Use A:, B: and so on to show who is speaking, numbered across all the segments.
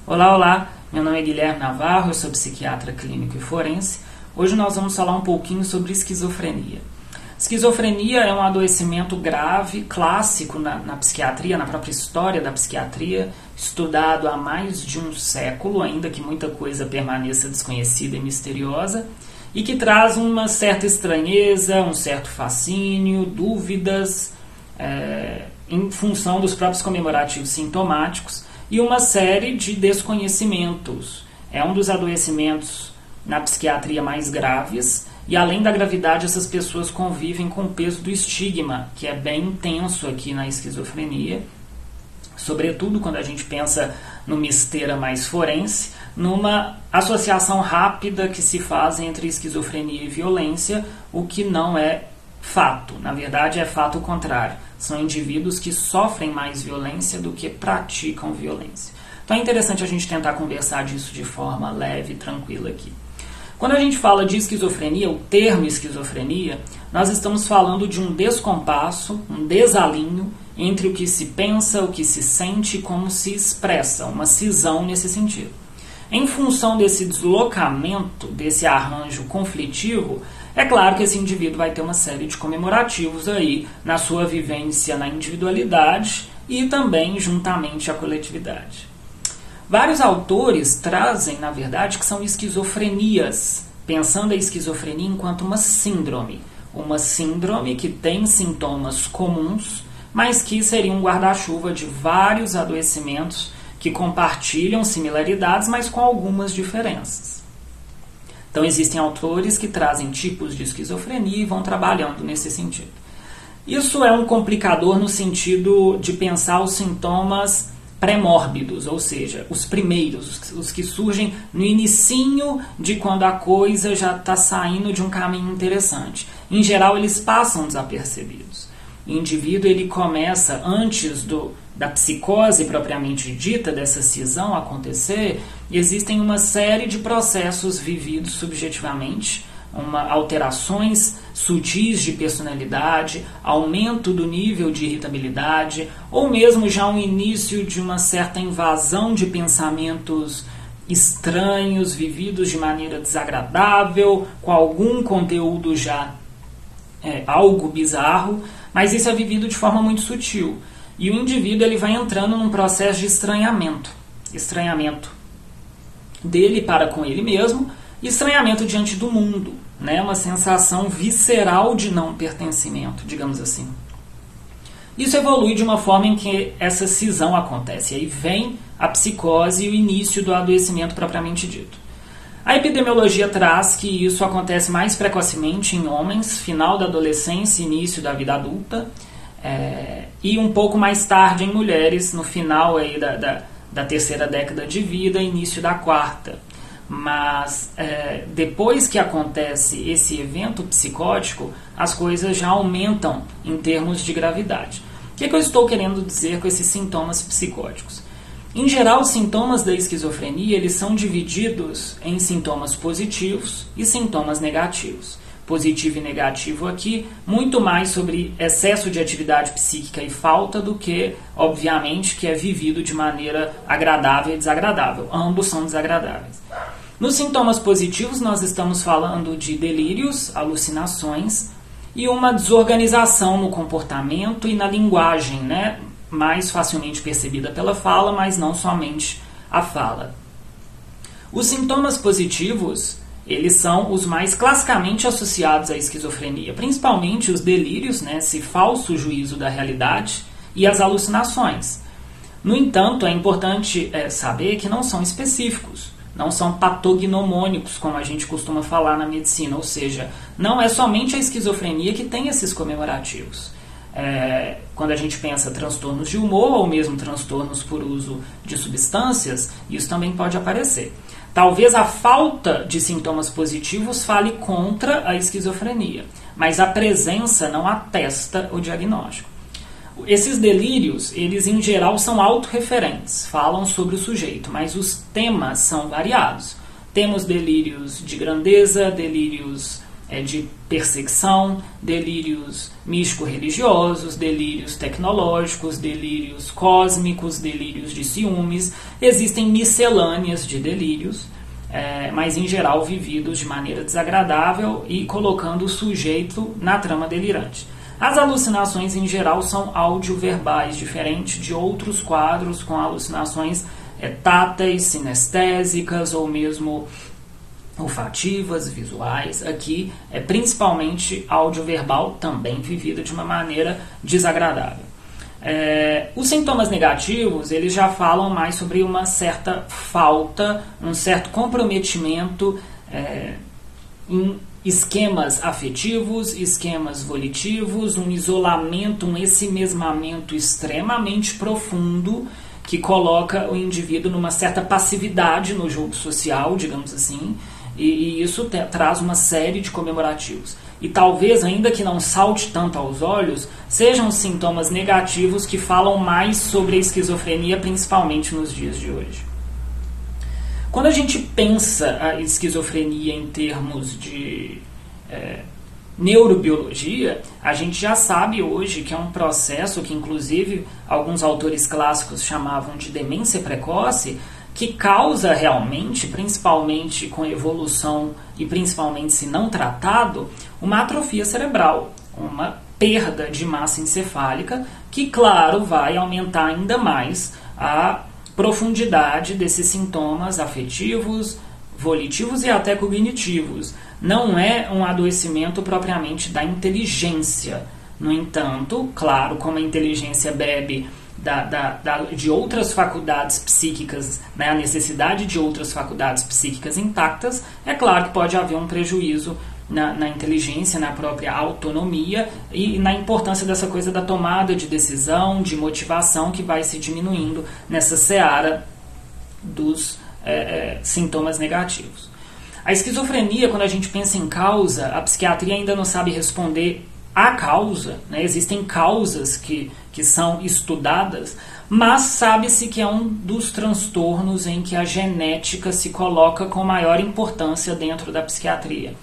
A: Olá, olá! Meu nome é Guilherme Navarro, eu sou psiquiatra clínico e forense. Hoje nós vamos falar um pouquinho sobre esquizofrenia. Esquizofrenia é um adoecimento grave, clássico na psiquiatria, na própria história da psiquiatria, estudado há mais de um século, ainda que muita coisa permaneça desconhecida e misteriosa, e que traz uma certa estranheza, um certo fascínio, dúvidas, em função dos próprios comemorativos sintomáticos, e uma série de desconhecimentos. É um dos adoecimentos na psiquiatria mais graves, e além da gravidade, essas pessoas convivem com o peso do estigma, que é bem intenso aqui na esquizofrenia, sobretudo quando a gente pensa numa esteira mais forense, numa associação rápida que se faz entre esquizofrenia e violência, o que não é fato. Na verdade, é fato contrário. São indivíduos que sofrem mais violência do que praticam violência. Então é interessante a gente tentar conversar disso de forma leve e tranquila aqui. Quando a gente fala de esquizofrenia, o termo esquizofrenia, nós estamos falando de um descompasso, um desalinho entre o que se pensa, o que se sente e como se expressa, uma cisão nesse sentido. Em função desse deslocamento, desse arranjo conflitivo, é claro que esse indivíduo vai ter uma série de comemorativos aí na sua vivência na individualidade e também juntamente à coletividade. Vários autores trazem, na verdade, que são esquizofrenias, pensando a esquizofrenia enquanto uma síndrome que tem sintomas comuns, mas que seria um guarda-chuva de vários adoecimentos que compartilham similaridades, mas com algumas diferenças. Então existem autores que trazem tipos de esquizofrenia e vão trabalhando nesse sentido. Isso é um complicador no sentido de pensar os sintomas pré-mórbidos, ou seja, os primeiros, os que surgem no inicinho de quando a coisa já está saindo de um caminho interessante. Em geral, eles passam desapercebidos. O indivíduo ele começa, antes da psicose propriamente dita, dessa cisão acontecer, existem uma série de processos vividos subjetivamente, alterações sutis de personalidade, aumento do nível de irritabilidade, ou mesmo já um início de uma certa invasão de pensamentos estranhos, vividos de maneira desagradável, com algum conteúdo já algo bizarro, mas isso é vivido de forma muito sutil. E o indivíduo ele vai entrando num processo de estranhamento dele para com ele mesmo, estranhamento diante do mundo, né? Uma sensação visceral de não pertencimento, digamos assim. Isso evolui de uma forma em que essa cisão acontece. Aí vem a psicose e o início do adoecimento propriamente dito. A epidemiologia traz que isso acontece mais precocemente em homens, final da adolescência e início da vida adulta, e um pouco mais tarde em mulheres, no final aí da terceira década de vida, início da quarta. Mas depois que acontece esse evento psicótico, as coisas já aumentam em termos de gravidade. O que eu estou querendo dizer com esses sintomas psicóticos? Em geral, os sintomas da esquizofrenia eles são divididos em sintomas positivos e sintomas negativos. Positivo e negativo aqui, muito mais sobre excesso de atividade psíquica e falta do que, obviamente, que é vivido de maneira agradável e desagradável. Ambos são desagradáveis. Nos sintomas positivos, nós estamos falando de delírios, alucinações e uma desorganização no comportamento e na linguagem, né? Mais facilmente percebida pela fala, mas não somente a fala. Os sintomas positivos, eles são os mais classicamente associados à esquizofrenia, principalmente os delírios, né? Esse falso juízo da realidade, e as alucinações. No entanto, é importante saber que não são específicos. Não são patognomônicos, como a gente costuma falar na medicina, ou seja, não é somente a esquizofrenia que tem esses comemorativos. Quando a gente pensa transtornos de humor ou mesmo transtornos por uso de substâncias, isso também pode aparecer. Talvez a falta de sintomas positivos fale contra a esquizofrenia, mas a presença não atesta o diagnóstico. Esses delírios, eles em geral são autorreferentes, falam sobre o sujeito, mas os temas são variados. Temos delírios de grandeza, delírios de perseguição, delírios místico-religiosos, delírios tecnológicos, delírios cósmicos, delírios de ciúmes. Existem miscelâneas de delírios, mas em geral vividos de maneira desagradável e colocando o sujeito na trama delirante. As alucinações em geral são audioverbais, diferente de outros quadros com alucinações táteis, sinestésicas ou mesmo olfativas, visuais. Aqui é principalmente audioverbal, também vivida de uma maneira desagradável. Os sintomas negativos, eles já falam mais sobre uma certa falta, um certo comprometimento em esquemas afetivos, esquemas volitivos, um isolamento, um ensimesmamento extremamente profundo que coloca o indivíduo numa certa passividade no jogo social, digamos assim, e isso traz uma série de comemorativos. E talvez, ainda que não salte tanto aos olhos, sejam os sintomas negativos que falam mais sobre a esquizofrenia, principalmente nos dias de hoje. Quando a gente pensa a esquizofrenia em termos de neurobiologia, a gente já sabe hoje que é um processo que, inclusive, alguns autores clássicos chamavam de demência precoce, que causa realmente, principalmente com evolução e principalmente se não tratado, uma atrofia cerebral, uma perda de massa encefálica que, claro, vai aumentar ainda mais a profundidade desses sintomas afetivos, volitivos e até cognitivos. Não é um adoecimento propriamente da inteligência. No entanto, claro, como a inteligência bebe de outras faculdades psíquicas, né, a necessidade de outras faculdades psíquicas intactas, é claro que pode haver um prejuízo na inteligência, na própria autonomia e na importância dessa coisa da tomada de decisão, de motivação, que vai se diminuindo nessa seara dos sintomas negativos. A esquizofrenia, quando a gente pensa em causa, a psiquiatria ainda não sabe responder a causa, né? Existem causas que são estudadas, mas sabe-se que é um dos transtornos em que a genética se coloca com maior importância dentro da psiquiatria.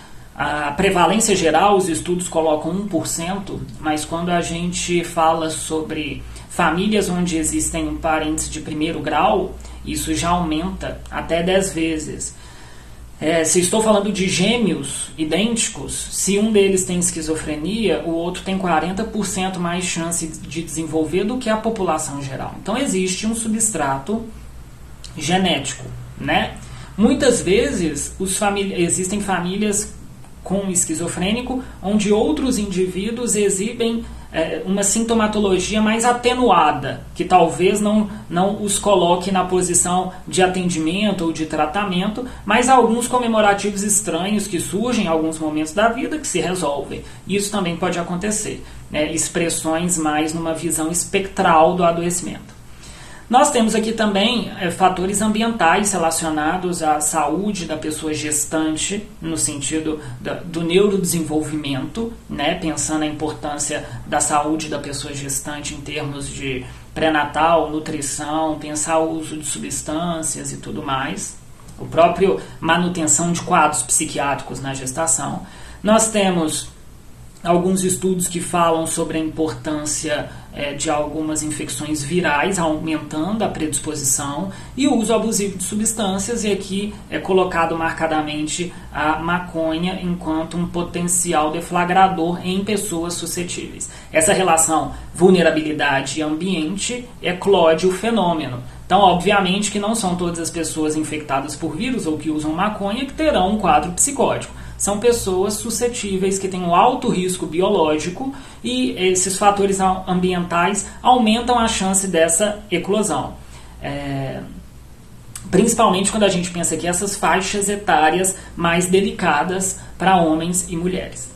A: A prevalência geral, os estudos colocam 1%, mas quando a gente fala sobre famílias onde existem parentes de primeiro grau, isso já aumenta até 10 vezes. Se estou falando de gêmeos idênticos, se um deles tem esquizofrenia, o outro tem 40% mais chance de desenvolver do que a população geral. Então existe um substrato genético, né? Muitas vezes existem famílias com esquizofrênico onde outros indivíduos exibem uma sintomatologia mais atenuada, que talvez não os coloque na posição de atendimento ou de tratamento, mas alguns comemorativos estranhos que surgem em alguns momentos da vida que se resolvem. Isso também pode acontecer, né? Expressões mais numa visão espectral do adoecimento. Nós temos aqui também fatores ambientais relacionados à saúde da pessoa gestante, no sentido do neurodesenvolvimento, né? Pensando na importância da saúde da pessoa gestante em termos de pré-natal, nutrição, pensar o uso de substâncias e tudo mais. O próprio manutenção de quadros psiquiátricos na gestação. Nós temos alguns estudos que falam sobre a importância de algumas infecções virais, aumentando a predisposição, e o uso abusivo de substâncias, e aqui é colocado marcadamente a maconha enquanto um potencial deflagrador em pessoas suscetíveis. Essa relação vulnerabilidade e ambiente eclode o fenômeno. Então, obviamente que não são todas as pessoas infectadas por vírus ou que usam maconha que terão um quadro psicótico. São pessoas suscetíveis que têm um alto risco biológico e esses fatores ambientais aumentam a chance dessa eclosão. Principalmente quando a gente pensa que essas faixas etárias mais delicadas para homens e mulheres.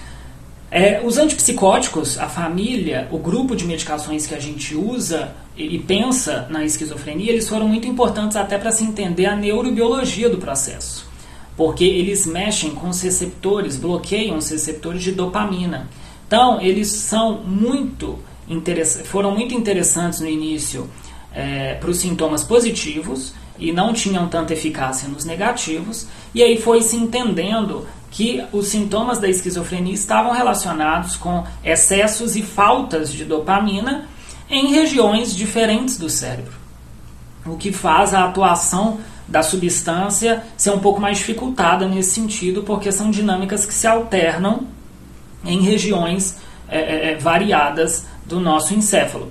A: Os antipsicóticos, a família, o grupo de medicações que a gente usa e pensa na esquizofrenia, eles foram muito importantes até para se entender a neurobiologia do processo. Porque eles mexem com os receptores, bloqueiam os receptores de dopamina. Então, eles foram muito interessantes no início para os sintomas positivos e não tinham tanta eficácia nos negativos, e aí foi se entendendo que os sintomas da esquizofrenia estavam relacionados com excessos e faltas de dopamina em regiões diferentes do cérebro, o que faz a atuação da substância ser um pouco mais dificultada nesse sentido, porque são dinâmicas que se alternam em regiões variadas do nosso encéfalo.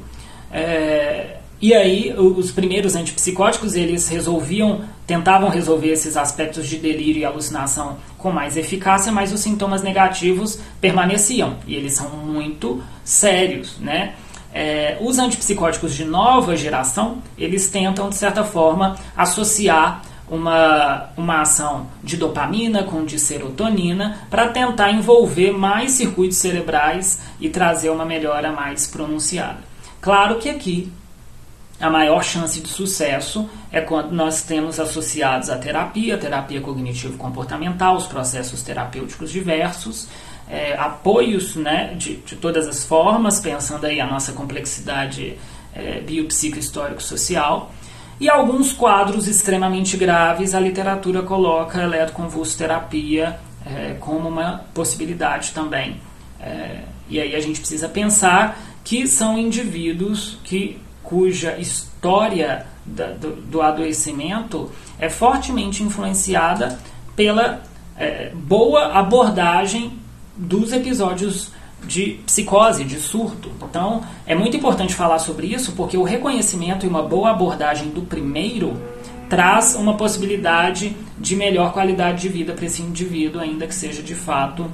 A: E aí os primeiros antipsicóticos eles tentavam resolver esses aspectos de delírio e alucinação com mais eficácia, mas os sintomas negativos permaneciam e eles são muito sérios, né? Os antipsicóticos de nova geração eles tentam de certa forma associar uma ação de dopamina com de serotonina para tentar envolver mais circuitos cerebrais e trazer uma melhora mais pronunciada. Claro que aqui a maior chance de sucesso é quando nós temos associados a terapia cognitivo-comportamental, os processos terapêuticos diversos, apoios, né, de todas as formas, pensando aí a nossa complexidade biopsico-histórico-social, e alguns quadros extremamente graves, a literatura coloca a eletroconvulsoterapia como uma possibilidade também. E aí a gente precisa pensar que são indivíduos cuja história do adoecimento é fortemente influenciada pela boa abordagem dos episódios de psicose, de surto. Então, é muito importante falar sobre isso, porque o reconhecimento e uma boa abordagem do primeiro traz uma possibilidade de melhor qualidade de vida para esse indivíduo, ainda que seja de fato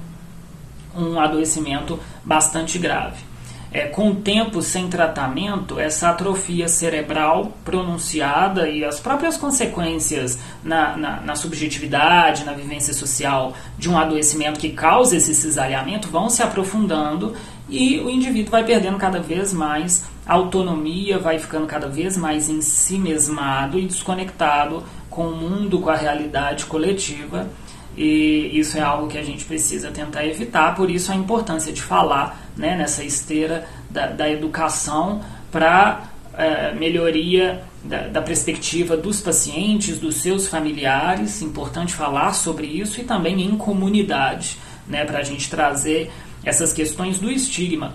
A: um adoecimento bastante grave. Com o tempo sem tratamento, essa atrofia cerebral pronunciada e as próprias consequências na subjetividade, na vivência social de um adoecimento que causa esse cisalhamento vão se aprofundando e o indivíduo vai perdendo cada vez mais autonomia, vai ficando cada vez mais em si mesmado e desconectado com o mundo, com a realidade coletiva. E isso é algo que a gente precisa tentar evitar, por isso a importância de falar, né, nessa esteira da educação para melhoria da perspectiva dos pacientes, dos seus familiares. Importante falar sobre isso e também em comunidade, né, para a gente trazer essas questões do estigma.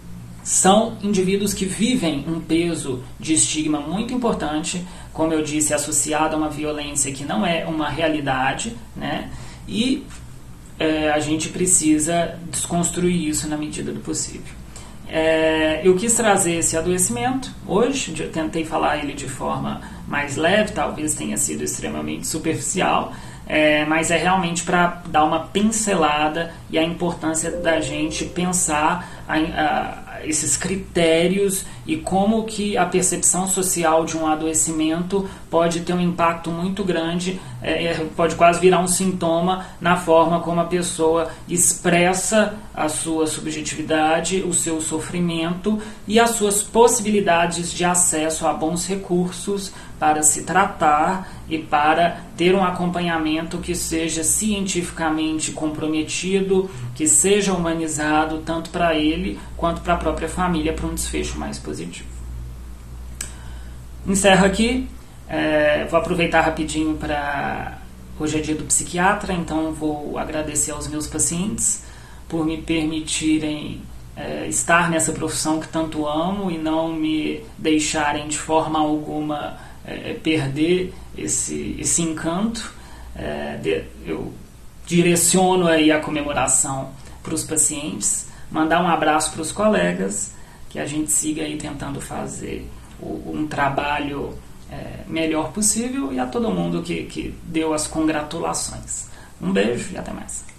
A: São indivíduos que vivem um peso de estigma muito importante, como eu disse, associado a uma violência que não é uma realidade, né? E a gente precisa desconstruir isso na medida do possível. Eu quis trazer esse adoecimento hoje, eu tentei falar ele de forma mais leve, talvez tenha sido extremamente superficial, mas é realmente para dar uma pincelada e a importância da gente pensar esses critérios e como que a percepção social de um adoecimento pode ter um impacto muito grande, pode quase virar um sintoma na forma como a pessoa expressa a sua subjetividade, o seu sofrimento e as suas possibilidades de acesso a bons recursos para se tratar e para ter um acompanhamento que seja cientificamente comprometido, que seja humanizado tanto para ele quanto para a própria família, para um desfecho mais positivo. Encerro aqui, vou aproveitar rapidinho para... Hoje é dia do psiquiatra, então vou agradecer aos meus pacientes por me permitirem estar nessa profissão que tanto amo e não me deixarem de forma alguma perder esse encanto. Eu direciono aí a comemoração para os pacientes, mandar um abraço para os colegas, que a gente siga aí tentando fazer um trabalho melhor possível, e a todo mundo que deu as congratulações. Um beijo e até mais.